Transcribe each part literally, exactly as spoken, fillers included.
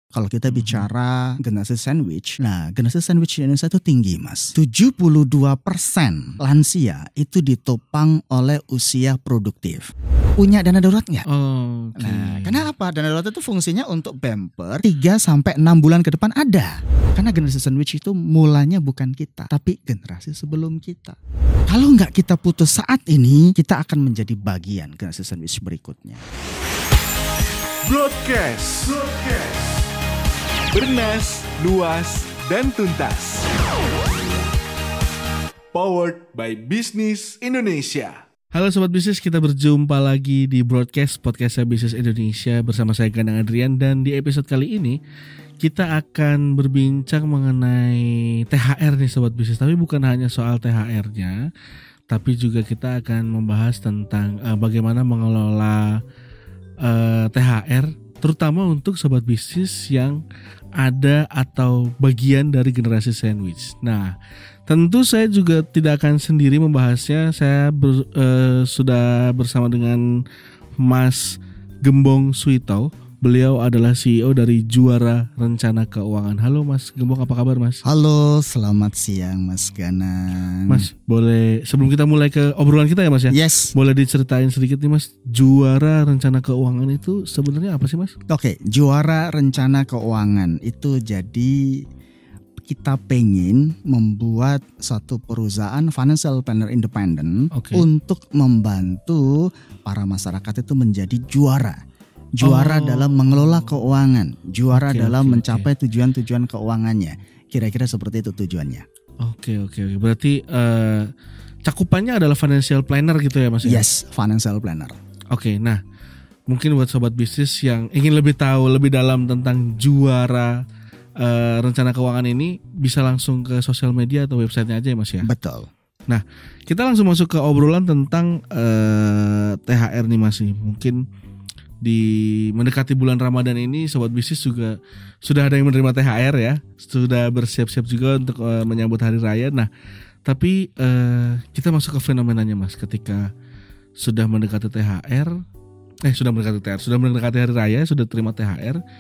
Kalau kita bicara generasi sandwich, nah generasi sandwich di Indonesia itu tinggi mas. tujuh puluh dua persen lansia itu ditopang oleh usia produktif. Punya dana darurat nggak? Oh, okay. Nah, kenapa? Dana darurat itu fungsinya untuk bumper tiga sampai enam bulan ke depan ada. Karena generasi sandwich itu mulanya bukan kita, tapi generasi sebelum kita. Kalau nggak kita putus saat ini, kita akan menjadi bagian generasi sandwich berikutnya. Broadcast. Broadcast. Bernas, luas, dan tuntas. Powered by Bisnis Indonesia. Halo Sobat Bisnis, kita berjumpa lagi di Broadcast, podcastnya Bisnis Indonesia bersama saya Gandang Adrian. Dan di episode kali ini kita akan berbincang mengenai T H R nih Sobat Bisnis. Tapi bukan hanya soal T H R-nya, tapi juga kita akan membahas tentang uh, bagaimana mengelola uh, T H R, terutama untuk Sobat Bisnis yang ada atau bagian dari generasi sandwich. Nah, tentu saya juga tidak akan sendiri membahasnya. Saya ber, uh, sudah bersama dengan Mas Gembong Suito. Beliau adalah C E O dari Juara Rencana Keuangan. Halo Mas Gembong, apa kabar Mas? Halo, selamat siang Mas Ganang. Mas, boleh sebelum kita mulai ke obrolan kita ya Mas ya? Yes. Boleh diceritain sedikit nih Mas, Juara Rencana Keuangan itu sebenarnya apa sih Mas? Oke, Juara Rencana Keuangan itu jadi kita pengen membuat satu perusahaan financial planner independent, okay, untuk membantu para masyarakat itu menjadi juara. Juara oh. dalam mengelola keuangan, juara okay, dalam okay, mencapai okay. tujuan-tujuan keuangannya. Kira-kira seperti itu tujuannya. Oke, okay, oke, okay, oke. Okay. Berarti uh, cakupannya adalah financial planner gitu ya Mas? Yes, financial planner. Oke, okay, nah mungkin buat Sobat Bisnis yang ingin lebih tahu lebih dalam tentang Juara uh, Rencana Keuangan ini, bisa langsung ke sosial media atau websitenya aja ya Mas ya? Betul. Nah, kita langsung masuk ke obrolan tentang uh, T H R nih Mas. Mungkin di mendekati bulan Ramadan ini Sobat Bisnis juga sudah ada yang menerima T H R ya, sudah bersiap-siap juga untuk uh, menyambut hari raya. Nah, tapi uh, kita masuk ke fenomenanya Mas, ketika sudah mendekati T H R, eh sudah mendekati T H R, sudah mendekati hari raya, sudah terima T H R.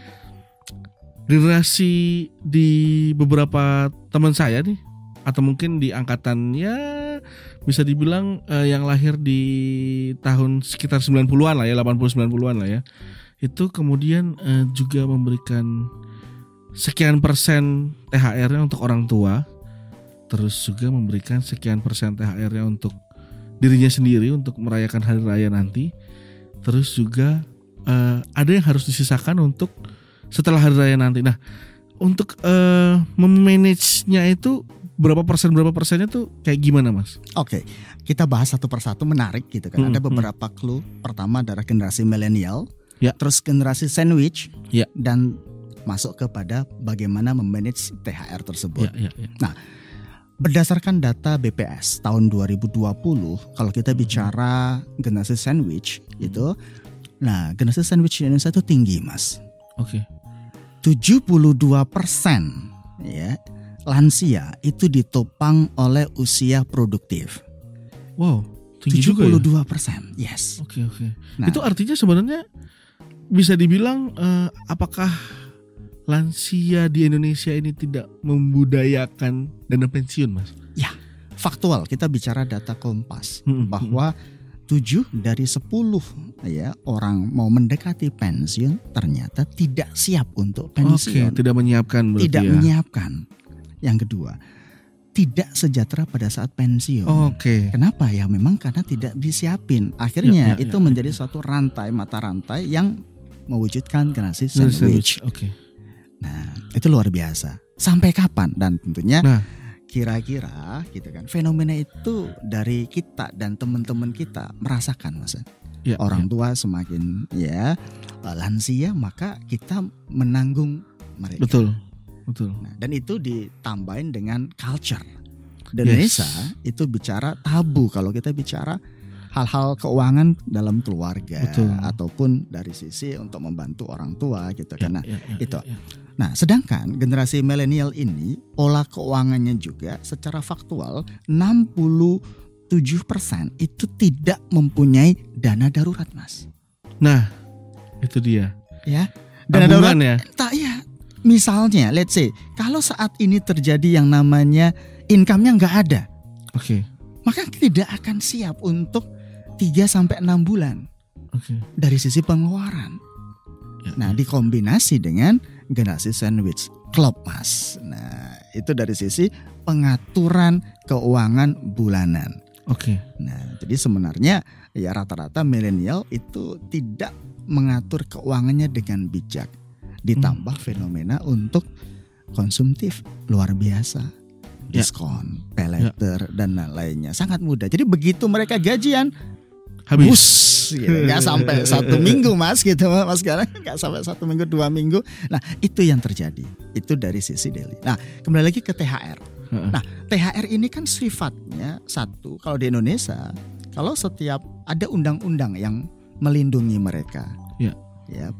Generasi di beberapa teman saya nih, atau mungkin di angkatannya bisa dibilang uh, yang lahir di tahun sekitar sembilan puluhan lah ya, delapan puluh sembilan puluhan lah ya, itu kemudian uh, juga memberikan sekian persen T H R-nya untuk orang tua, terus juga memberikan sekian persen T H R-nya untuk dirinya sendiri untuk merayakan hari raya nanti, terus juga uh, ada yang harus disisakan untuk setelah hari raya nanti. Nah, untuk uh, memanage-nya itu berapa persen berapa persennya tuh kayak gimana Mas? Oke, kita bahas satu persatu, menarik gitu kan. Hmm, Ada beberapa hmm. clue. Pertama adalah generasi milenial, ya, terus generasi sandwich, ya, dan masuk kepada bagaimana memanage T H R tersebut. Ya, ya, ya. Nah, berdasarkan data B P S tahun dua ribu dua puluh, kalau kita bicara generasi sandwich itu, nah generasi sandwich di Indonesia itu tinggi Mas. Oke. tujuh puluh dua persen ya lansia itu ditopang oleh usia produktif. Wow, tinggi tujuh puluh dua juga persen, ya? Yes. Oke, oke. Nah, itu artinya sebenarnya bisa dibilang uh, apakah lansia di Indonesia ini tidak membudayakan dana pensiun, Mas? Ya, faktual. Kita bicara data Kompas, hmm, bahwa tujuh dari sepuluh ya orang mau mendekati pensiun ternyata tidak siap untuk pensiun. Oke, tidak menyiapkan berarti Tidak ya. menyiapkan. Yang kedua, tidak sejahtera pada saat pensiun. Oh, Oke. Okay. Kenapa ya? Memang karena tidak disiapin. Akhirnya ya, ya, itu ya, menjadi ya. suatu rantai, mata rantai yang mewujudkan generasi sandwich. Oke. Okay. Nah, itu luar biasa. Sampai kapan? Dan tentunya nah. kira-kira gitu kan. Fenomena itu dari kita dan teman-teman kita merasakan, Mas. Ya, Orang ya. tua semakin ya lansia, maka kita menanggung mereka. Betul. Betul. Nah, dan itu ditambahin dengan culture. Di Indonesia yes. itu bicara tabu kalau kita bicara hal-hal keuangan dalam keluarga. Betul. Ataupun dari sisi untuk membantu orang tua gitu ya, kan. Nah, ya, ya, itu. Ya, ya. Nah, sedangkan generasi milenial ini pola keuangannya juga secara faktual enam puluh tujuh persen itu tidak mempunyai dana darurat, Mas. Nah, itu dia. Ya. Dana darurat ya? Tak ya. misalnya let's say kalau saat ini terjadi yang namanya income-nya nggak ada. Oke. Okay. Maka tidak akan siap untuk tiga sampai enam bulan. Oke. Okay. Dari sisi pengeluaran. Ya, nah, ya. dikombinasi dengan generasi sandwich, klop mas. Nah, itu dari sisi pengaturan keuangan bulanan. Oke. Okay. Nah, jadi sebenarnya ya rata-rata milenial itu tidak mengatur keuangannya dengan bijak. Ditambah hmm. fenomena untuk konsumtif luar biasa, ya. diskon, pay later ya. dan lainnya sangat mudah. Jadi begitu mereka gajian habis, bus, gitu. Gak sampai satu minggu mas, gitu mas sekarang nggak sampai satu minggu dua minggu. Nah itu yang terjadi, itu dari sisi daily. Nah kembali lagi ke T H R. Uh-uh. Nah T H R ini kan sifatnya satu, kalau di Indonesia, kalau setiap ada undang-undang yang melindungi mereka, ya. ya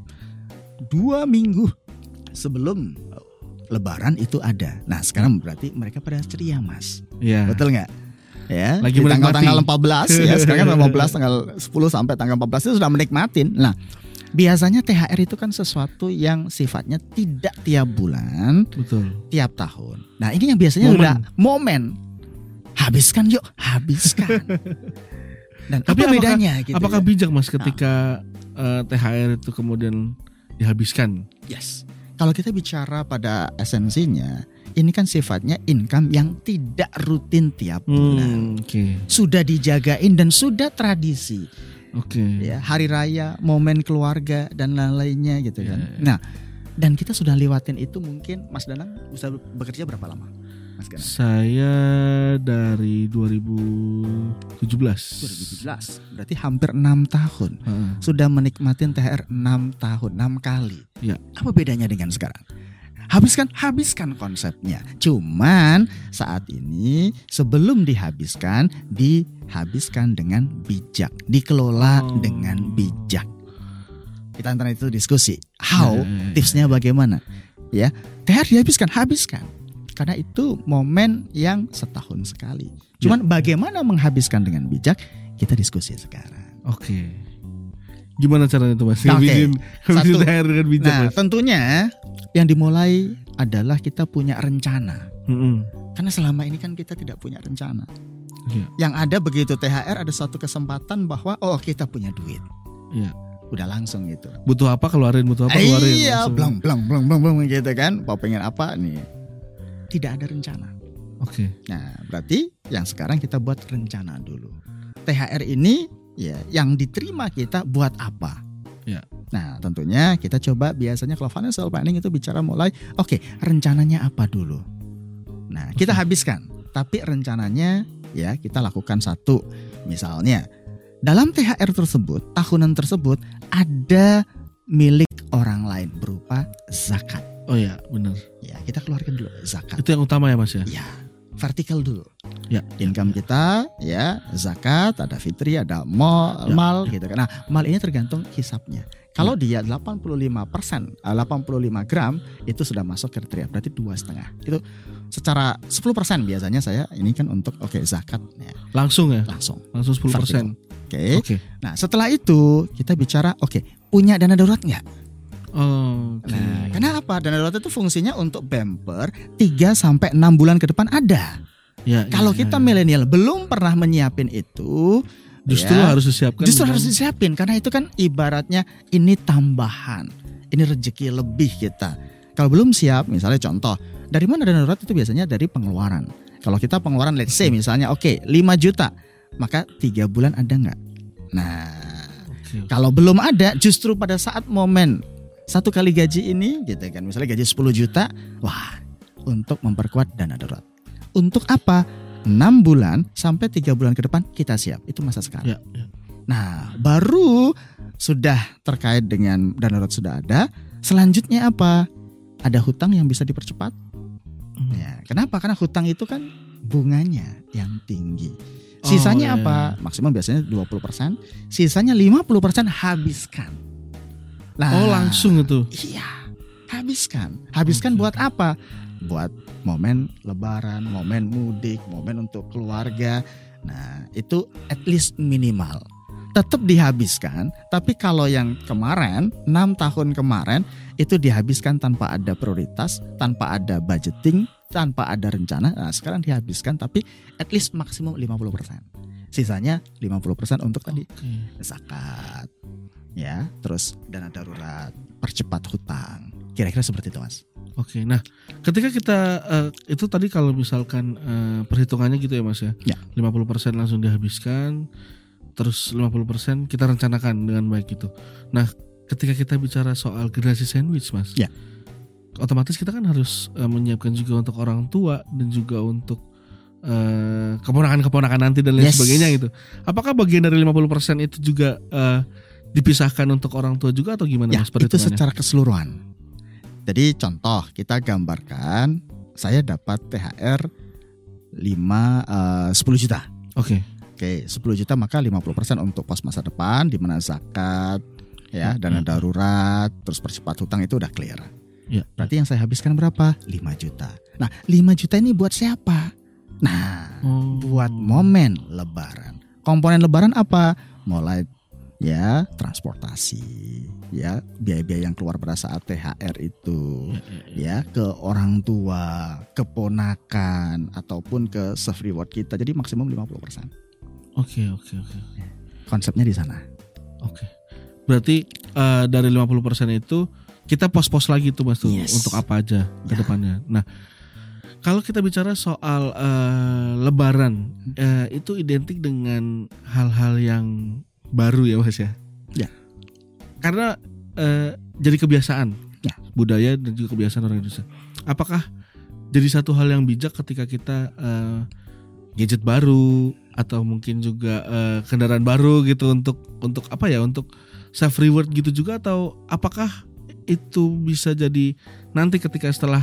dua minggu sebelum Lebaran itu ada. Nah sekarang berarti mereka pada ceria mas, ya. Betul nggak? Ya, lagi di tanggal-tanggal menikmati. empat belas ya, sekarang kan lima belas tanggal sepuluh sampai tanggal empat belas itu sudah menikmatin. Nah, biasanya T H R itu kan sesuatu yang sifatnya tidak tiap bulan, betul, tiap tahun. Nah, ini yang biasanya momen. udah momen. Habiskan yuk, habiskan. Dan tapi apa bedanya apakah, gitu? Apakah ya? bijak mas ketika nah. uh, T H R itu kemudian dihabiskan? Yes. Kalau kita bicara pada esensinya, ini kan sifatnya income yang tidak rutin tiap bulan. Hmm, okay. Sudah dijagain dan sudah tradisi. Oke. Okay. Ya, hari raya, momen keluarga dan lain-lainnya gitu kan. Yeah. Nah, dan kita sudah lewatin itu mungkin Mas Danang bisa bekerja berapa lama? Mas Danang? Saya dari dua ribu tujuh belas. dua ribu tujuh belas. Berarti hampir enam tahun. Hmm. Sudah menikmatin T H R enam tahun, enam kali. Ya. Apa bedanya dengan sekarang? Habiskan, habiskan konsepnya. Cuman saat ini sebelum dihabiskan, dihabiskan dengan bijak, dikelola oh. dengan bijak. Kita antara itu diskusi. How? Ya, ya, ya. Tipsnya bagaimana? Ya, T H R dihabiskan, habiskan. Karena itu momen yang setahun sekali. Cuman ya. bagaimana menghabiskan dengan bijak? Kita diskusi sekarang. Oke. Gimana caranya itu Mas? Oke. Habisin, habisin Satu. T H R dengan bijak, Nah, Mas. tentunya yang dimulai adalah kita punya rencana. Mm-hmm. Karena selama ini kan kita tidak punya rencana. Yeah. Yang ada begitu T H R ada suatu kesempatan bahwa oh kita punya duit. Yeah. Udah langsung gitu. Butuh apa keluarin, butuh apa keluarin. Iya, blang blang blang blang blang gitu kan. Mau pengen apa nih? Tidak ada rencana. Oke. Okay. Nah, berarti yang sekarang kita buat rencana dulu. T H R ini ya yang diterima kita buat apa? Ya. Nah tentunya kita coba biasanya kalau financial planning itu bicara mulai oke okay, rencananya apa dulu. Nah kita okay. habiskan, tapi rencananya ya kita lakukan satu. Misalnya dalam T H R tersebut, tahunan tersebut ada milik orang lain berupa zakat. Oh ya benar. Ya kita keluarkan dulu zakat. Itu yang utama ya Mas ya? Ya vertikal dulu. Ya. Income kita ya zakat, ada fitri, ada mal, ya, mal ya. gitu kan. Nah, mal ini tergantung hisapnya. Kalau ya. dia delapan puluh lima persen, delapan puluh lima gram itu sudah masuk kriteria, berarti dua koma lima. Itu secara sepuluh persen biasanya saya ini kan untuk oke okay, zakat ya. Langsung ya? Langsung. Langsung sepuluh persen. Oke. Okay. Okay. Nah, setelah itu kita bicara oke, okay, punya dana darurat enggak? Oh, okay. Nah, kenapa? Dana darurat itu fungsinya untuk bumper tiga sampai enam bulan ke depan ada. Ya, Kalau ya, kita ya. milenial belum pernah menyiapin itu, justru ya, harus disiapkan. Justru bukan? harus disiapin karena itu kan ibaratnya ini tambahan, ini rezeki lebih kita. Kalau belum siap, misalnya contoh, dari mana dana darurat itu biasanya dari pengeluaran. Kalau kita pengeluaran let's say misalnya oke okay, lima juta, maka tiga bulan ada nggak? Nah, okay. kalau belum ada, justru pada saat momen satu kali gaji ini gitu kan, misalnya gaji sepuluh juta, wah untuk memperkuat dana darurat. Untuk apa? enam bulan sampai tiga bulan ke depan kita siap. Itu masa sekarang. Ya, ya. Nah, baru sudah terkait dengan dana darurat sudah ada. Selanjutnya apa? Ada hutang yang bisa dipercepat. Hmm. Ya, kenapa? Karena hutang itu kan bunganya yang tinggi. Sisanya oh, apa? Ya. Maksimum biasanya dua puluh persen. Sisanya lima puluh persen habiskan. Nah, oh, langsung itu. Iya. Habiskan. Habiskan okay. buat apa? Buat momen lebaran, momen mudik, momen untuk keluarga. Nah, itu at least minimal. tetap dihabiskan. Tapi kalau yang kemarin enam tahun kemarin itu dihabiskan tanpa ada prioritas, tanpa ada budgeting, tanpa ada rencana. Nah, sekarang dihabiskan tapi at least maksimum lima puluh persen. Sisanya lima puluh persen untuk tadi okay. zakat. Ya, terus dana darurat, percepat hutang. Kira-kira seperti itu, Mas. Oke, nah ketika kita uh, itu tadi kalau misalkan uh, perhitungannya gitu ya Mas ya, ya. lima puluh persen langsung dihabiskan, terus lima puluh persen kita rencanakan dengan baik gitu. Nah ketika kita bicara soal generasi sandwich Mas, ya. otomatis kita kan harus uh, menyiapkan juga untuk orang tua dan juga untuk uh, keponakan-keponakan nanti dan lain yes. sebagainya gitu. Apakah bagian dari lima puluh persen itu juga uh, dipisahkan untuk orang tua juga atau gimana ya, Mas? Itu secara keseluruhan. Jadi contoh kita gambarkan saya dapat T H R lima, uh, sepuluh juta. Oke. Okay. Oke, okay, sepuluh juta maka lima puluh persen untuk pos masa depan di mana zakat, ya, dana darurat, terus percepat hutang itu udah clear. Ya. Berarti yang saya habiskan berapa? lima juta. Nah, lima juta ini buat siapa? Nah, oh. buat momen lebaran. Komponen lebaran apa? Mulai ya transportasi, ya biaya-biaya yang keluar pada saat T H R itu, ya, ya, ya. ya ke orang tua, keponakan ataupun ke self reward kita. Jadi maksimum lima puluh persen. Oke oke oke. Konsepnya di sana. Oke. Berarti uh, dari lima puluh persen itu kita pos-pos lagi tuh Mas tuh yes. untuk apa aja ke ya. depannya. Nah, kalau kita bicara soal uh, lebaran, uh, itu identik dengan hal-hal yang baru ya Mas ya. Ya. Karena uh, jadi kebiasaan ya. budaya dan juga kebiasaan orang Indonesia. Apakah jadi satu hal yang bijak ketika kita uh, gadget baru atau mungkin juga uh, kendaraan baru gitu untuk untuk apa ya, untuk self reward gitu juga, atau apakah itu bisa jadi nanti ketika setelah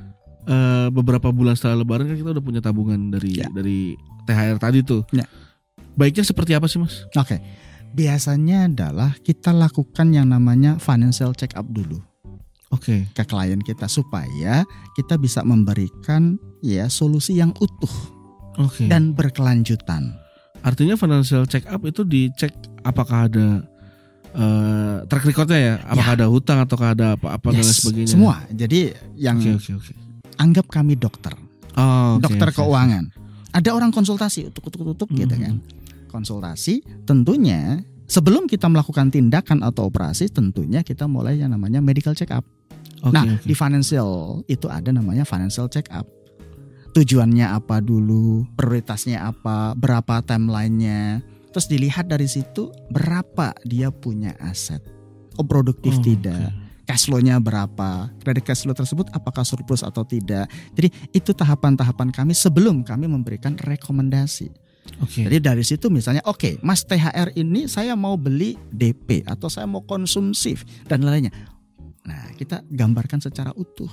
uh, beberapa bulan setelah lebaran kan kita udah punya tabungan dari ya. dari T H R tadi tuh. Ya. Baiknya seperti apa sih Mas? Oke. Okay. Biasanya adalah kita lakukan yang namanya financial check up dulu. Oke. Okay. Ke klien kita supaya kita bisa memberikan ya solusi yang utuh. Oke. Okay. Dan berkelanjutan. Artinya financial check up itu dicek apakah ada uh, track recordnya ya, apakah ya. ada hutang ataukah ada apa-apa yes. dan lain sebagainya. Semua. Jadi yang okay, okay, okay. anggap kami dokter, oh, okay, dokter okay, keuangan. Okay. Ada orang konsultasi, utuk-utuk-utuk mm-hmm. gitu kan. Konsultasi tentunya sebelum kita melakukan tindakan atau operasi tentunya kita mulai yang namanya medical check up. Okay, nah okay. di financial itu ada namanya financial check up. Tujuannya apa dulu, prioritasnya apa, berapa timelinenya, terus dilihat dari situ berapa dia punya aset, oh produktif oh, tidak, okay. cash flow-nya berapa, kredit cash flow tersebut apakah surplus atau tidak. Jadi itu tahapan-tahapan kami sebelum kami memberikan rekomendasi. Okay. Jadi dari situ misalnya oke okay, Mas T H R ini saya mau beli D P atau saya mau konsumsif dan lainnya. Nah kita gambarkan secara utuh.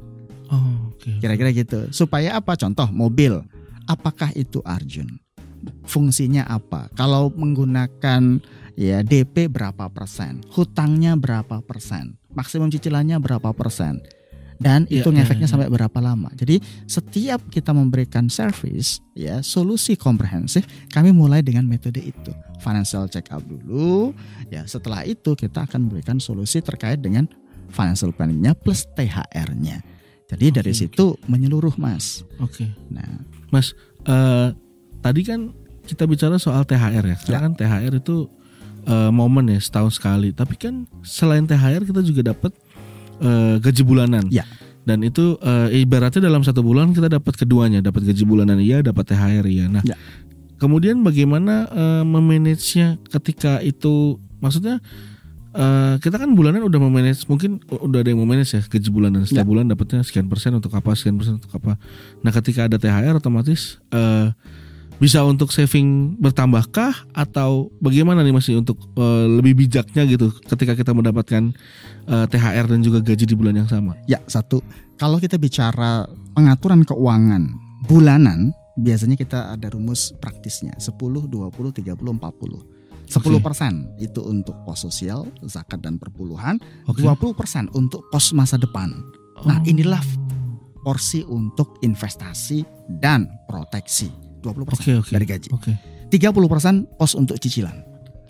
Oh, okay. Kira-kira gitu. Supaya apa? Contoh mobil, apakah itu Arjun? Fungsinya apa? Kalau menggunakan ya D P berapa persen? Hutangnya berapa persen? Maksimum cicilannya berapa persen? Dan itu ya, ngefeknya ya, ya. sampai berapa lama. Jadi setiap kita memberikan service ya solusi komprehensif, kami mulai dengan metode itu. Financial check up dulu. Ya setelah itu kita akan memberikan solusi terkait dengan financial planning-nya plus T H R-nya. Jadi okay, dari situ okay. menyeluruh Mas. Oke. Okay. Nah Mas, uh, tadi kan kita bicara soal T H R ya. Karena ya. kan T H R itu uh, momen ya setahun sekali. Tapi kan selain T H R kita juga dapat Uh, gaji bulanan, ya. Dan itu uh, ibaratnya dalam satu bulan kita dapat keduanya, dapat gaji bulanan iya, dapat T H R ya. Nah, ya. kemudian bagaimana uh, memanagenya ketika itu, maksudnya uh, kita kan bulanan udah memanage, mungkin udah ada yang memanage ya gaji bulanan setiap ya. bulan dapatnya sekian persen untuk apa, sekian persen untuk apa. Nah, ketika ada T H R otomatis uh, bisa untuk saving bertambahkah atau bagaimana nih Mas untuk uh, lebih bijaknya gitu ketika kita mendapatkan uh, T H R dan juga gaji di bulan yang sama? Ya, satu, kalau kita bicara pengaturan keuangan bulanan, biasanya kita ada rumus praktisnya sepuluh, dua puluh, tiga puluh, empat puluh. sepuluh persen okay. itu untuk pos sosial, zakat dan perpuluhan, okay. dua puluh persen untuk pos masa depan. Oh. Nah, inilah porsi untuk investasi dan proteksi. dua puluh persen okay, okay. dari gaji. Okay. tiga puluh persen pos untuk cicilan.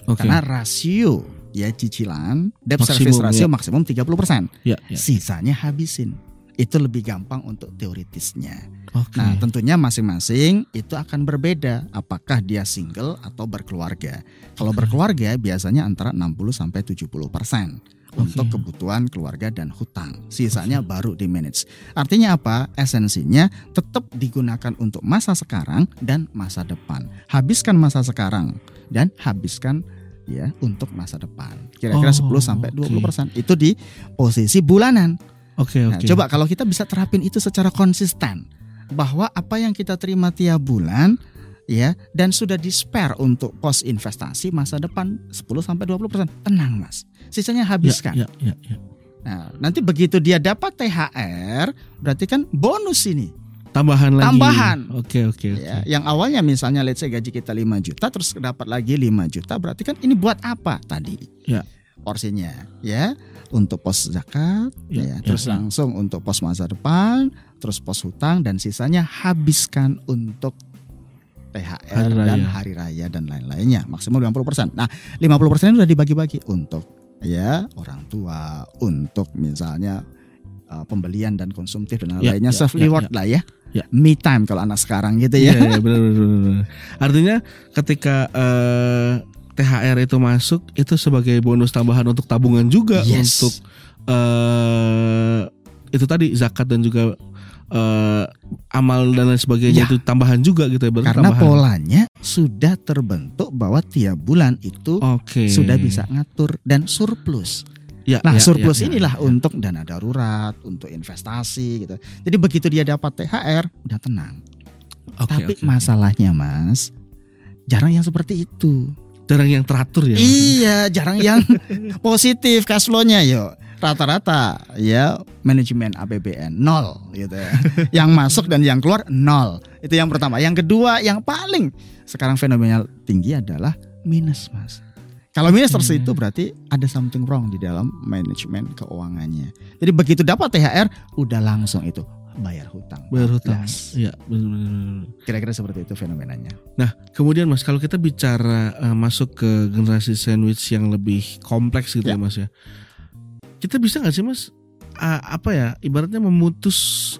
Okay. Karena rasio ya cicilan debt Maksimum, service ratio ya. maksimum tiga puluh persen. Ya, ya. Sisanya habisin. Itu lebih gampang untuk teoritisnya. Okay. Nah, tentunya masing-masing itu akan berbeda apakah dia single atau berkeluarga. Kalau Okay. berkeluarga biasanya antara enam puluh sampai tujuh puluh persen untuk Okay. kebutuhan keluarga dan hutang. Sisanya okay. baru di manage. Artinya apa? Esensinya tetap digunakan untuk masa sekarang dan masa depan. Habiskan masa sekarang dan habiskan ya untuk masa depan. Kira-kira Oh, sepuluh sampai dua puluh persen. okay. Itu di posisi bulanan. Oke, Nah, oke. coba kalau kita bisa terapin itu secara konsisten, bahwa apa yang kita terima tiap bulan ya dan sudah di spare untuk pos investasi masa depan sepuluh sampai dua puluh persen. Tenang, Mas. Sisanya habiskan. Ya, ya, ya, ya. Nah, nanti begitu dia dapat T H R, berarti kan bonus ini. Tambahan lagi. Tambahan. Oke, oke, oke. Ya, yang awalnya misalnya let's say gaji kita lima juta terus dapat lagi lima juta, berarti kan ini buat apa tadi? Ya. Porsinya ya untuk pos zakat Ya, ya, ya, terus ya. langsung untuk pos masa depan, terus pos hutang dan sisanya habiskan untuk T H R Hari dan raya. hari raya dan lain-lainnya maksimal lima puluh persen. Nah, lima puluh persen itu sudah dibagi-bagi untuk ya orang tua, untuk misalnya uh, pembelian dan konsumtif dan Ya, lainnya, ya, self ya, reward ya. lah ya. Ya. Me time kalau anak sekarang gitu ya. Iya, iya, benar, benar, benar. Artinya ketika eh, T H R itu masuk itu sebagai bonus tambahan untuk tabungan juga, Yes. untuk eh, itu tadi zakat dan juga eh, amal dan lain sebagainya, Ya. itu tambahan juga gitu ya, berarti Karena tambahan. polanya sudah terbentuk bahwa tiap bulan itu Oke. sudah bisa ngatur dan surplus. Ya, Nah, ya, surplus ya, ya, inilah ya. untuk dana darurat, untuk investasi gitu. Jadi begitu dia dapat T H R, udah tenang. Oke, Tapi oke, oke. masalahnya, Mas, jarang yang seperti itu. jarang yang teratur ya. Mas? Iya, jarang yang positif cash flow-nya yo. Rata-rata ya manajemen A P B N nol gitu ya. Yang masuk dan yang keluar nol. Itu yang pertama. Yang kedua, yang paling sekarang fenomenal tinggi adalah minus, Mas. Kalau minus terus Hmm. itu berarti ada something wrong di dalam manajemen keuangannya. Jadi begitu dapat T H R udah langsung itu bayar hutang. Bayar hutang. Gas. Iya, benar-benar. Kira-kira seperti itu fenomenanya. Nah, kemudian Mas, kalau kita bicara eh, masuk ke generasi sandwich yang lebih kompleks gitu ya, Ya. Mas ya. Kita bisa nggak sih, Mas, ah, apa ya, ibaratnya memutus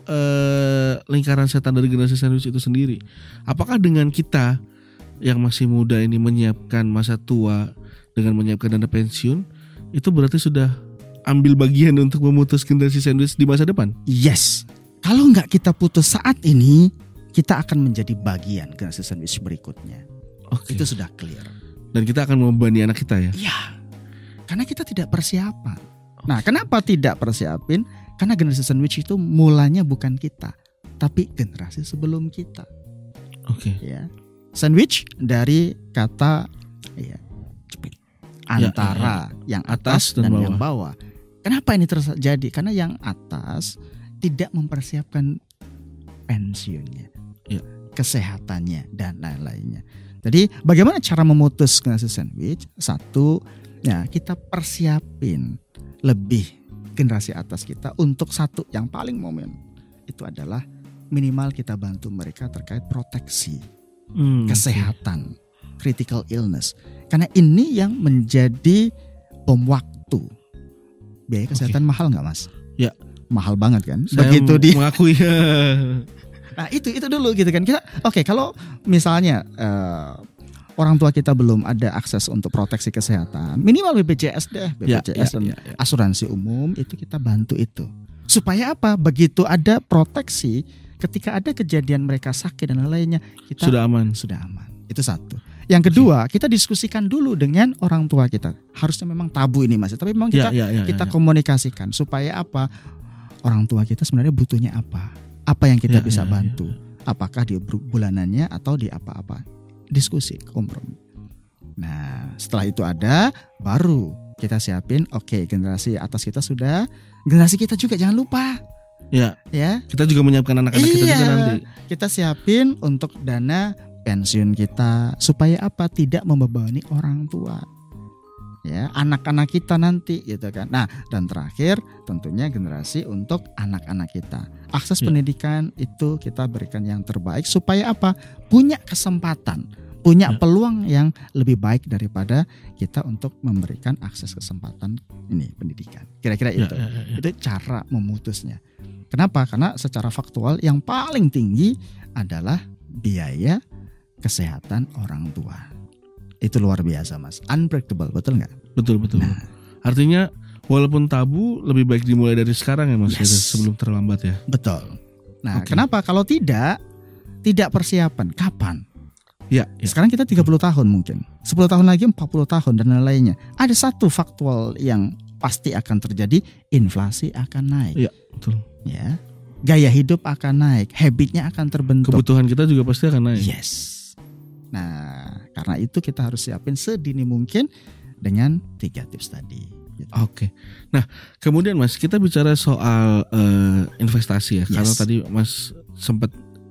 eh, lingkaran setan dari generasi sandwich itu sendiri? Apakah dengan kita yang masih muda ini menyiapkan masa tua dengan menyiapkan dana pensiun, itu berarti sudah ambil bagian untuk memutus generasi sandwich di masa depan? Yes. Kalau nggak kita putus saat ini, kita akan menjadi bagian generasi sandwich berikutnya. Oke. Itu sudah clear. Dan kita akan membebani anak kita ya. Iya. Karena kita tidak persiapan. Nah, kenapa tidak persiapin? Karena generasi sandwich itu mulanya bukan kita, tapi generasi sebelum kita. Oke. Ya. Sandwich dari kata ya, jepit. Antara yang atas, Atas dan dan, bawah. yang bawah. Kenapa ini terjadi? Karena yang atas tidak mempersiapkan pensiunnya, Ya. kesehatannya dan lain-lainnya. Jadi bagaimana cara memutus generasi sandwich? Satu, ya kita persiapin lebih generasi atas kita untuk satu yang paling momen itu adalah minimal kita bantu mereka terkait proteksi Hmm, kesehatan, critical illness. Karena ini yang menjadi bom waktu. Biaya kesehatan mahal nggak, Mas? Ya. Mahal banget kan? Saya Begitu di mengakui. Nah itu itu dulu gitu kan kita. Oke, kalau misalnya eh, orang tua kita belum ada akses untuk proteksi kesehatan, minimal B P J S deh, B P J S Ya, dan ya, ya, ya. asuransi umum itu kita bantu itu. Supaya apa? Begitu ada proteksi, ketika ada kejadian mereka sakit dan lainnya, kita Sudah aman. sudah aman. Itu satu. Yang kedua, kita diskusikan dulu dengan orang tua kita. Harusnya memang tabu ini, Mas, tapi memang kita Ya, ya, ya, kita ya. komunikasikan supaya apa? Orang tua kita sebenarnya butuhnya apa? Apa yang kita Ya, bisa ya, bantu? Apakah di bulanannya atau di apa-apa? Diskusi, kompromi. Nah, setelah itu ada, baru kita siapin. Oke, generasi atas kita sudah, generasi kita juga jangan lupa, Ya, ya. kita juga menyiapkan anak-anak kita Iya. juga nanti. Kita siapin untuk dana pensiun kita supaya apa? Tidak membebani orang tua. Ya, anak-anak kita nanti gitu kan. Nah, dan terakhir tentunya generasi untuk anak-anak kita. Akses Ya. pendidikan itu kita berikan yang terbaik supaya apa? Punya kesempatan, punya ya. peluang yang lebih baik daripada kita untuk memberikan akses kesempatan ini pendidikan. Kira-kira Ya, itu. ya, ya, ya. Itu cara memutusnya. Kenapa? Karena secara faktual yang paling tinggi adalah biaya kesehatan orang tua. Itu luar biasa, Mas. Unpredictable, betul nggak? Betul betul. Nah. Artinya walaupun tabu lebih baik dimulai dari sekarang ya Mas, Yes. sebelum terlambat ya. Betul. Nah, Oke. kenapa? Kalau tidak, tidak persiapan, kapan? Ya, ya. Sekarang kita tiga puluh tahun mungkin. sepuluh tahun lagi empat puluh tahun dan lain-lainnya. Ada satu faktual yang pasti akan terjadi, inflasi akan naik. Iya, betul. Ya. Gaya hidup akan naik, habitnya akan terbentuk. Kebutuhan kita juga pasti akan naik. Yes. Nah, karena itu kita harus siapin sedini mungkin dengan tiga tips tadi. Gitu. Oke. Nah, kemudian Mas, kita bicara soal uh, investasi ya. Yes. Karena tadi Mas sempat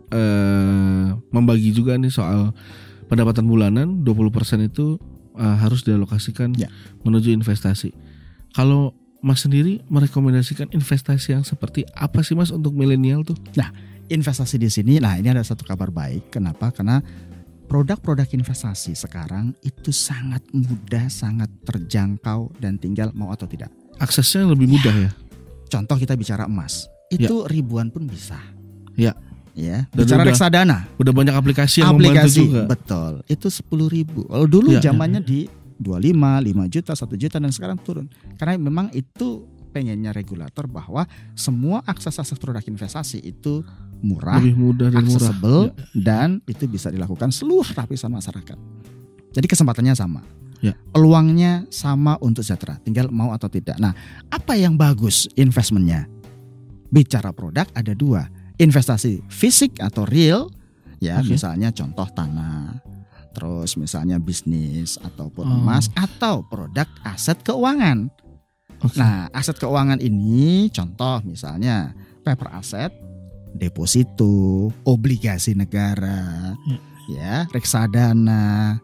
uh, membagi juga nih soal pendapatan bulanan dua puluh persen itu uh, harus dialokasikan Ya. menuju investasi. Kalau Mas sendiri merekomendasikan investasi yang seperti apa sih Mas untuk milenial tuh? Nah, investasi di sini, nah ini ada satu kabar baik. Kenapa? Karena produk-produk investasi sekarang itu sangat mudah, sangat terjangkau dan tinggal mau atau tidak. Aksesnya lebih mudah ya. Contoh kita bicara emas, itu ribuan pun bisa. Ya. Ya. Dan Bicara udah- reksadana, Udah banyak aplikasi yang membantu aplikasi juga. betul, itu sepuluh ribu. Kalau dulu Ya, zamannya di dua puluh lima, lima juta, satu juta dan sekarang turun. Karena memang itu pengennya regulator bahwa semua akses-akses produk investasi itu murah, Lebih mudah dan murah. accessible, Ya. dan itu bisa dilakukan seluruh lapisan masyarakat. Jadi kesempatannya sama, Ya. peluangnya sama untuk sejahtera, tinggal mau atau tidak. Nah, apa yang bagus investmentnya? Bicara produk ada dua, investasi fisik atau real, ya Oke. misalnya contoh tanah, terus misalnya bisnis ataupun Oh. emas atau produk aset keuangan. Oke. Nah, aset keuangan ini contoh misalnya paper asset, deposito, obligasi negara, Ya. ya, reksadana,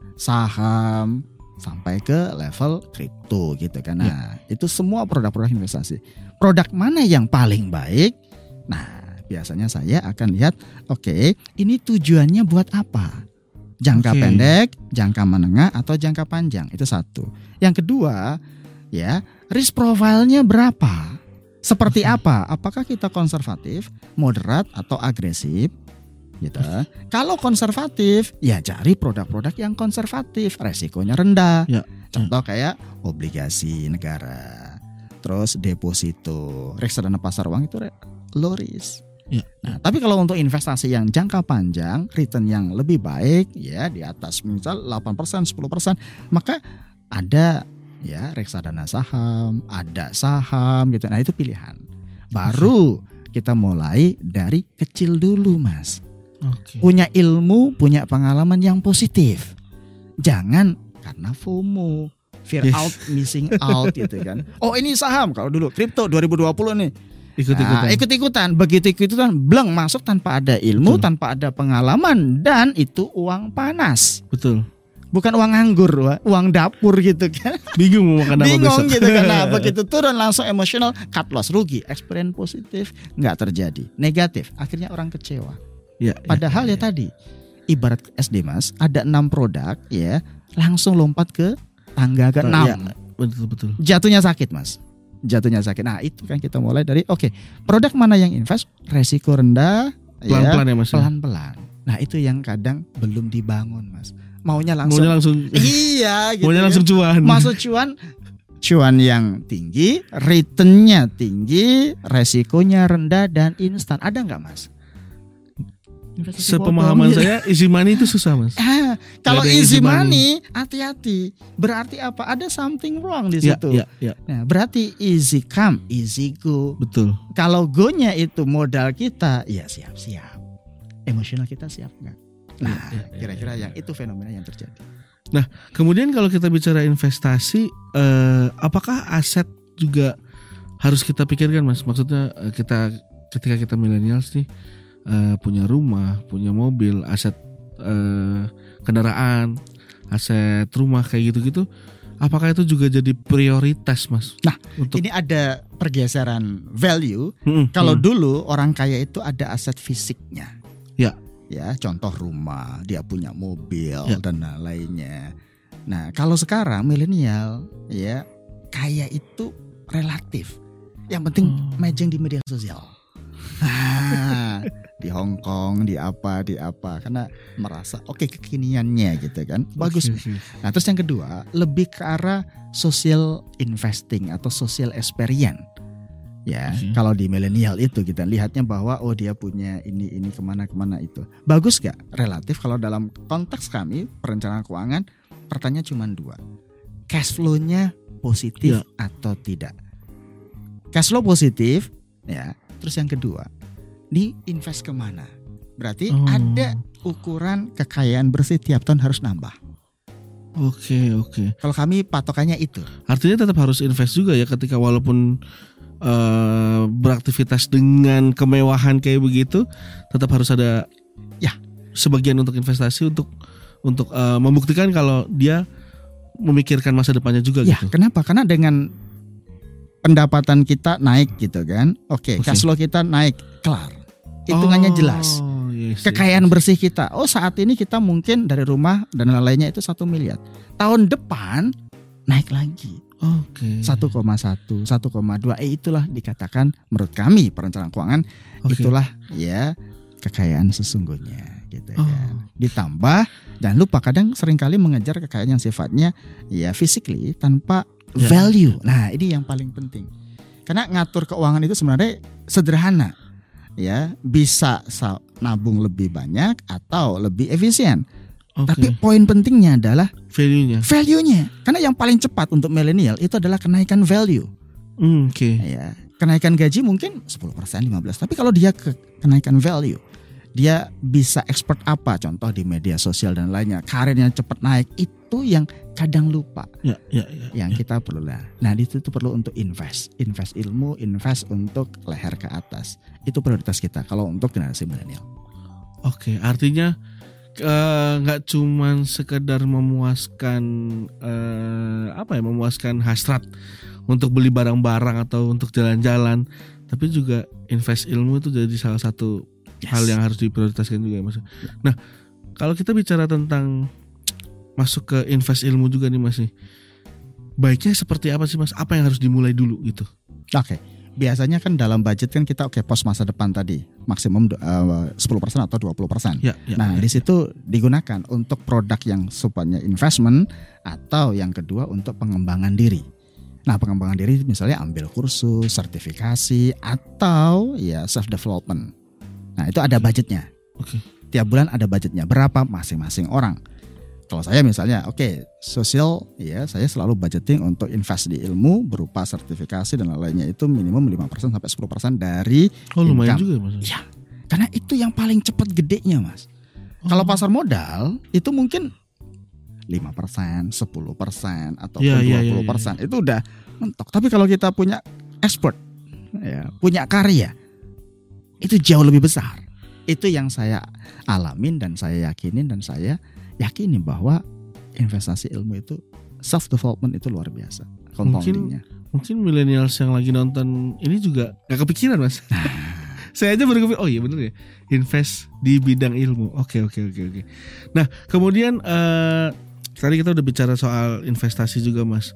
saham, sampai ke level kripto gitu kan. Nah, itu semua produk-produk investasi. Produk mana yang paling baik? Nah, biasanya saya akan lihat, oke, ini tujuannya buat apa? Jangka Oke. pendek, jangka menengah, atau jangka panjang. Itu satu. Yang kedua, ya, risk profile-nya berapa? Seperti apa? Apakah kita konservatif, moderat, atau agresif? Gitu. Kalau konservatif, ya cari produk-produk yang konservatif, resikonya rendah. Ya. Contoh kayak obligasi negara, terus deposito, reksadana pasar uang itu re- low risk. Ya. Nah, tapi kalau untuk investasi yang jangka panjang, return yang lebih baik, ya di atas misal delapan persen, sepuluh persen, maka ada ya reksadana saham, ada saham gitu. Nah, itu pilihan. Baru kita mulai dari kecil dulu, Mas. Oke. Punya ilmu, punya pengalaman yang positif. Jangan karena FOMO, fear Yes. out, missing out gitu kan. Oh, ini saham, kalau dulu kripto dua ribu dua puluh nih. Ikut-ikutan. Nah, ikut-ikutan, begitu ikut-ikutan, bleng masuk tanpa ada ilmu, Betul. tanpa ada pengalaman, dan itu uang panas. Betul. Bukan uang nganggur, Wak. Uang dapur gitu kan. Bingung mau makan apa Bingung besok. gitu kan. Nah, begitu turun langsung emosional, cut loss, rugi. Experience positif nggak terjadi, negatif. Akhirnya orang kecewa. Ya, Padahal ya, tadi, ibarat S D Mas, ada enam produk ya, langsung lompat ke tangga ke enam. Ya, betul betul. Jatuhnya sakit, Mas. Jatuhnya sakit. Nah, itu kan kita mulai dari oke, produk mana yang invest, resiko rendah, Pelan-pelan ya, Mas. pelan-pelan. Nah, itu yang kadang belum dibangun, Mas. Maunya langsung. Maunya langsung Iya, gitu. maunya kan. langsung cuan. Masuk cuan, cuan yang tinggi, returnnya tinggi, resikonya rendah dan instan. Ada nggak, Mas? Investasi Sepemahaman bodong, gitu. saya easy money itu susah, Mas. Ah, kalau ada easy easy money, hati-hati. Berarti apa? Ada something wrong di Ya, situ. ya, ya. Nah, berarti easy come, easy go. Betul. Kalau go-nya itu modal kita, ya siap-siap. Emosional kita siap nggak? Nah, Ya, ya, ya, kira-kira ya, yang itu fenomena yang terjadi. Kemudian kalau kita bicara investasi, eh, apakah aset juga harus kita pikirkan, Mas? Maksudnya eh, kita ketika kita millennials nih eh, punya rumah, punya mobil, aset eh, kendaraan, aset rumah kayak gitu-gitu, apakah itu juga jadi prioritas, Mas? Nah, untuk Ini ada pergeseran value. Mm-mm, Kalau mm. dulu orang kaya itu ada aset fisiknya. Ya. Ya, contoh rumah, dia punya mobil ya. dan lainnya. Nah, kalau sekarang milenial ya kaya itu relatif. Yang penting hmm. matching di media sosial. Nah, di Hong Kong, di apa, di apa, karena merasa oke okay, kekiniannya gitu kan, bagus. Okay, okay. Nah, terus yang kedua lebih ke arah social investing atau social experience. Ya, okay. Kalau di milenial itu kita lihatnya bahwa oh dia punya ini ini kemana-kemana itu. Bagus gak? Relatif kalau dalam konteks kami perencanaan keuangan pertanyaan cuma dua. Cash flow-nya positif ya. Atau tidak. Cash flow positif ya. Terus yang kedua, di invest kemana? Berarti oh. ada ukuran kekayaan bersih tiap tahun harus nambah. Oke, oke. Kalau kami patokannya itu. Artinya tetap harus invest juga ya ketika walaupun Uh, beraktivitas dengan kemewahan kayak begitu, tetap harus ada ya sebagian untuk investasi untuk untuk uh, membuktikan kalau dia memikirkan masa depannya juga ya, gitu. Kenapa? Karena dengan pendapatan kita naik gitu kan, oke, okay, okay. cash flow kita naik, kelar, hitungannya oh, jelas. Yes, kekayaan yes, yes. bersih kita, oh saat ini kita mungkin dari rumah dan lain-lainnya itu satu miliar, tahun depan naik lagi. Oke. Okay. satu koma satu, satu koma dua eh itulah dikatakan menurut kami perencanaan keuangan okay. itulah ya kekayaan sesungguhnya gitu oh. kan. Ditambah jangan lupa kadang seringkali mengejar kekayaan yang sifatnya ya physically tanpa yeah. value. Nah, ini yang paling penting. Karena ngatur keuangan itu sebenarnya sederhana. Ya, bisa nabung lebih banyak atau lebih efisien. Okay. Tapi poin pentingnya adalah value-nya. Value-nya. Karena yang paling cepat untuk milenial itu adalah kenaikan value. Mm, Oke. Okay. Ya, kenaikan gaji mungkin sepuluh persen, lima belas persen. Tapi kalau dia ke kenaikan value, dia bisa expert apa? Contoh di media sosial dan lainnya. Karirnya cepat naik. Itu yang kadang lupa. Ya, ya, ya, yang ya. kita perlu lah. Nah, itu tuh perlu untuk invest. Invest ilmu, invest untuk leher ke atas. Itu prioritas kita kalau untuk generasi milenial. Oke, okay, artinya nggak uh, cuman sekedar memuaskan uh, apa ya memuaskan hasrat untuk beli barang-barang atau untuk jalan-jalan, tapi juga invest ilmu itu jadi salah satu yes. hal yang harus diprioritaskan juga ya Mas. Nah, kalau kita bicara tentang masuk ke invest ilmu juga nih Mas nih, baiknya seperti apa sih Mas? Apa yang harus dimulai dulu gitu? Oke. Okay. Biasanya kan dalam budget kan kita oke okay, pos masa depan tadi maksimum uh, sepuluh persen atau dua puluh persen. Ya, ya, nah, ya, di situ ya. digunakan untuk produk yang sifatnya investment atau yang kedua untuk pengembangan diri. Nah, pengembangan diri misalnya ambil kursus, sertifikasi atau ya self development. Nah, itu ada budgetnya. Oke. Okay. Tiap bulan ada budgetnya berapa masing-masing orang. Kalau saya misalnya, oke, okay, sosial, ya saya selalu budgeting untuk invest di ilmu berupa sertifikasi dan lainnya itu minimum lima persen sampai sepuluh persen dari oh, income. lumayan juga Mas. Ya, karena itu yang paling cepat gedenya Mas. Oh. Kalau pasar modal itu mungkin lima persen, sepuluh persen ataupun ya, dua puluh persen ya, ya, ya. Itu udah mentok. Tapi kalau kita punya expert, ya, punya karya, itu jauh lebih besar. Itu yang saya alamin dan saya yakinin dan saya yakini bahwa investasi ilmu itu self development itu luar biasa. Mungkin mungkin millennials yang lagi nonton ini juga gak kepikiran Mas. Saya aja baru kepikiran. Oh iya bener ya, invest di bidang ilmu. Oke oke oke oke. Nah kemudian uh, tadi kita udah bicara soal investasi juga Mas.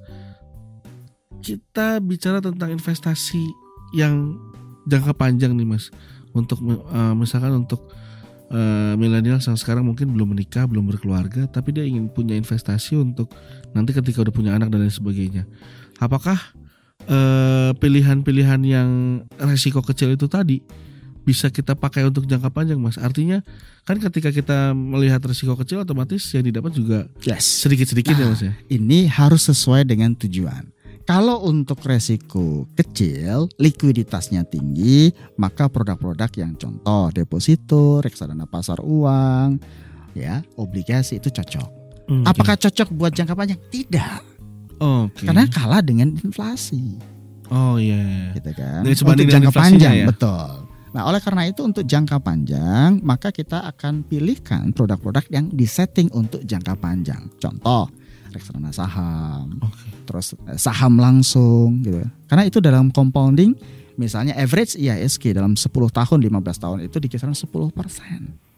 Kita bicara tentang investasi yang jangka panjang nih Mas. Untuk uh, misalkan untuk Uh, milenial yang sekarang mungkin belum menikah, belum berkeluarga, tapi dia ingin punya investasi untuk nanti ketika udah punya anak dan lain sebagainya. Apakah uh, pilihan-pilihan yang resiko kecil itu tadi bisa kita pakai untuk jangka panjang Mas? Artinya kan ketika kita melihat resiko kecil otomatis yang didapat juga yes. sedikit-sedikit nah, ya Mas ya. Ini harus sesuai dengan tujuan. Kalau untuk resiko kecil, likuiditasnya tinggi, maka produk-produk yang contoh deposito, reksadana pasar uang, ya, obligasi itu cocok. Okay. Apakah cocok buat jangka panjang? Tidak. Okay. Karena kalah dengan inflasi. Oh iya. Yeah. Gitu kan. Untuk jangka panjang, ya? Betul. Nah, oleh karena itu untuk jangka panjang, maka kita akan pilihkan produk-produk yang disetting untuk jangka panjang. Contoh reksadana saham, okay. terus saham langsung gitu. Karena itu dalam compounding, misalnya average I I S K dalam sepuluh tahun, lima belas tahun itu di kisaran sepuluh persen.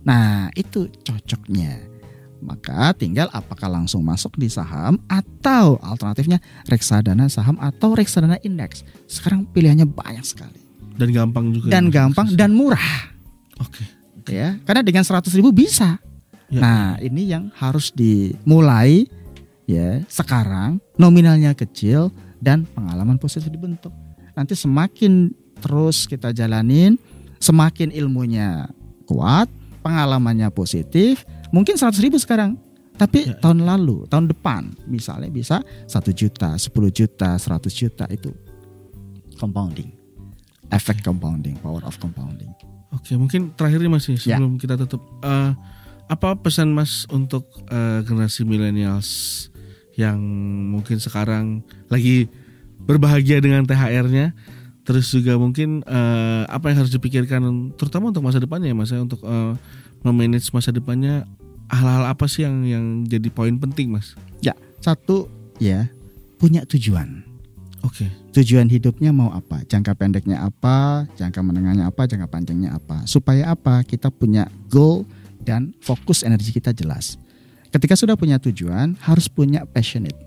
Nah, itu cocoknya. Maka tinggal apakah langsung masuk di saham atau alternatifnya reksadana saham atau reksadana indeks. Sekarang pilihannya banyak sekali. Dan gampang juga. Dan gampang dan murah. Oke. Ya, karena dengan seratus ribu bisa. Ya. Nah, ini yang harus dimulai ya sekarang, nominalnya kecil dan pengalaman positif dibentuk. Nanti semakin terus kita jalanin, semakin ilmunya kuat, pengalamannya positif, mungkin seratus ribu sekarang. Tapi ya. tahun lalu, tahun depan misalnya bisa satu juta, sepuluh juta, seratus juta, itu compounding. Efek compounding, power of compounding. Oke, mungkin terakhir masih sebelum ya. kita tutup, uh, apa pesan Mas untuk uh, generasi millennials yang mungkin sekarang lagi berbahagia dengan T H R-nya, terus juga mungkin uh, apa yang harus dipikirkan terutama untuk masa depannya ya Mas, untuk uh, memanage masa depannya, hal-hal apa sih yang yang jadi poin penting Mas? Ya, satu ya, punya tujuan. Oke. Okay. Tujuan hidupnya mau apa? Jangka pendeknya apa? Jangka menengahnya apa? Jangka panjangnya apa? Supaya apa? Kita punya goal dan fokus energi kita jelas. Ketika sudah punya tujuan, harus punya passionate.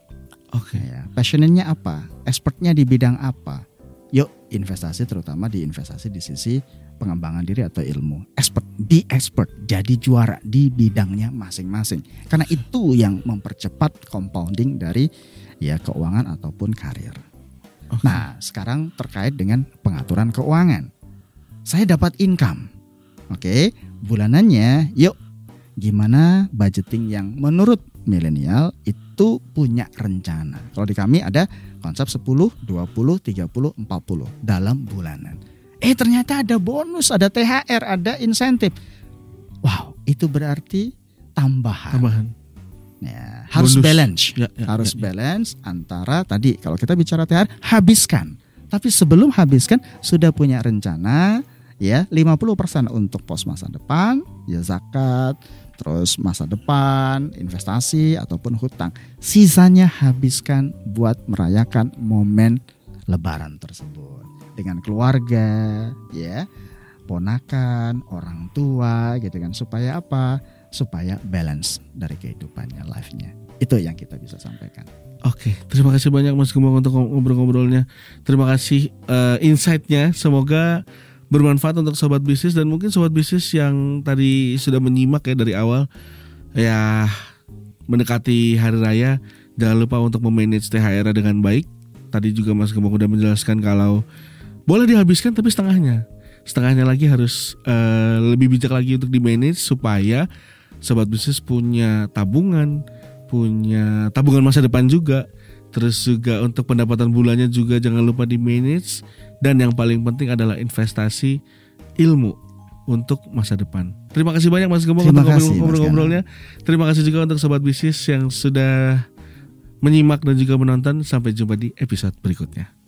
Oke. Okay. Ya, passionate-nya apa? Expertnya di bidang apa? Yuk investasi, terutama di investasi di sisi pengembangan diri atau ilmu. Expert, be expert, jadi juara di bidangnya masing-masing. Karena itu yang mempercepat compounding dari ya keuangan ataupun karir. Okay. Nah, sekarang terkait dengan pengaturan keuangan. Saya dapat income. Oke, okay, bulanannya yuk gimana budgeting yang menurut milenial itu punya rencana. Kalau di kami ada konsep sepuluh, dua puluh, tiga puluh, empat puluh dalam bulanan. Eh ternyata ada bonus, ada T H R, ada insentif. Wow, itu berarti tambahan. Tambahan. Ya, harus bonus. balance, ya, ya, harus ya, ya. balance antara tadi kalau kita bicara T H R habiskan. Tapi sebelum habiskan sudah punya rencana ya lima puluh persen untuk pos masa depan, ya zakat, terus masa depan, investasi ataupun hutang. Sisanya habiskan buat merayakan momen lebaran tersebut dengan keluarga, ya, ponakan, orang tua gitu kan, supaya apa? Supaya balance dari kehidupannya, life-nya. Itu yang kita bisa sampaikan. Oke, terima kasih banyak Mas Gembong untuk ngobrol-ngobrolnya. Terima kasih uh, insight-nya. Semoga bermanfaat untuk sobat bisnis dan mungkin sobat bisnis yang tadi sudah menyimak ya dari awal. Ya, mendekati hari raya, jangan lupa untuk memanage T H R dengan baik. Tadi juga Mas Gembong sudah menjelaskan kalau boleh dihabiskan tapi setengahnya. Setengahnya lagi harus uh, lebih bijak lagi untuk di-manage supaya sobat bisnis punya tabungan, punya tabungan masa depan juga. Terus juga untuk pendapatan bulannya juga jangan lupa di-manage. Dan yang paling penting adalah investasi ilmu untuk masa depan. Terima kasih banyak Mas Gembong untuk ngobrol-ngobrolnya. Terima kasih juga untuk sobat bisnis yang sudah menyimak dan juga menonton. Sampai jumpa di episode berikutnya.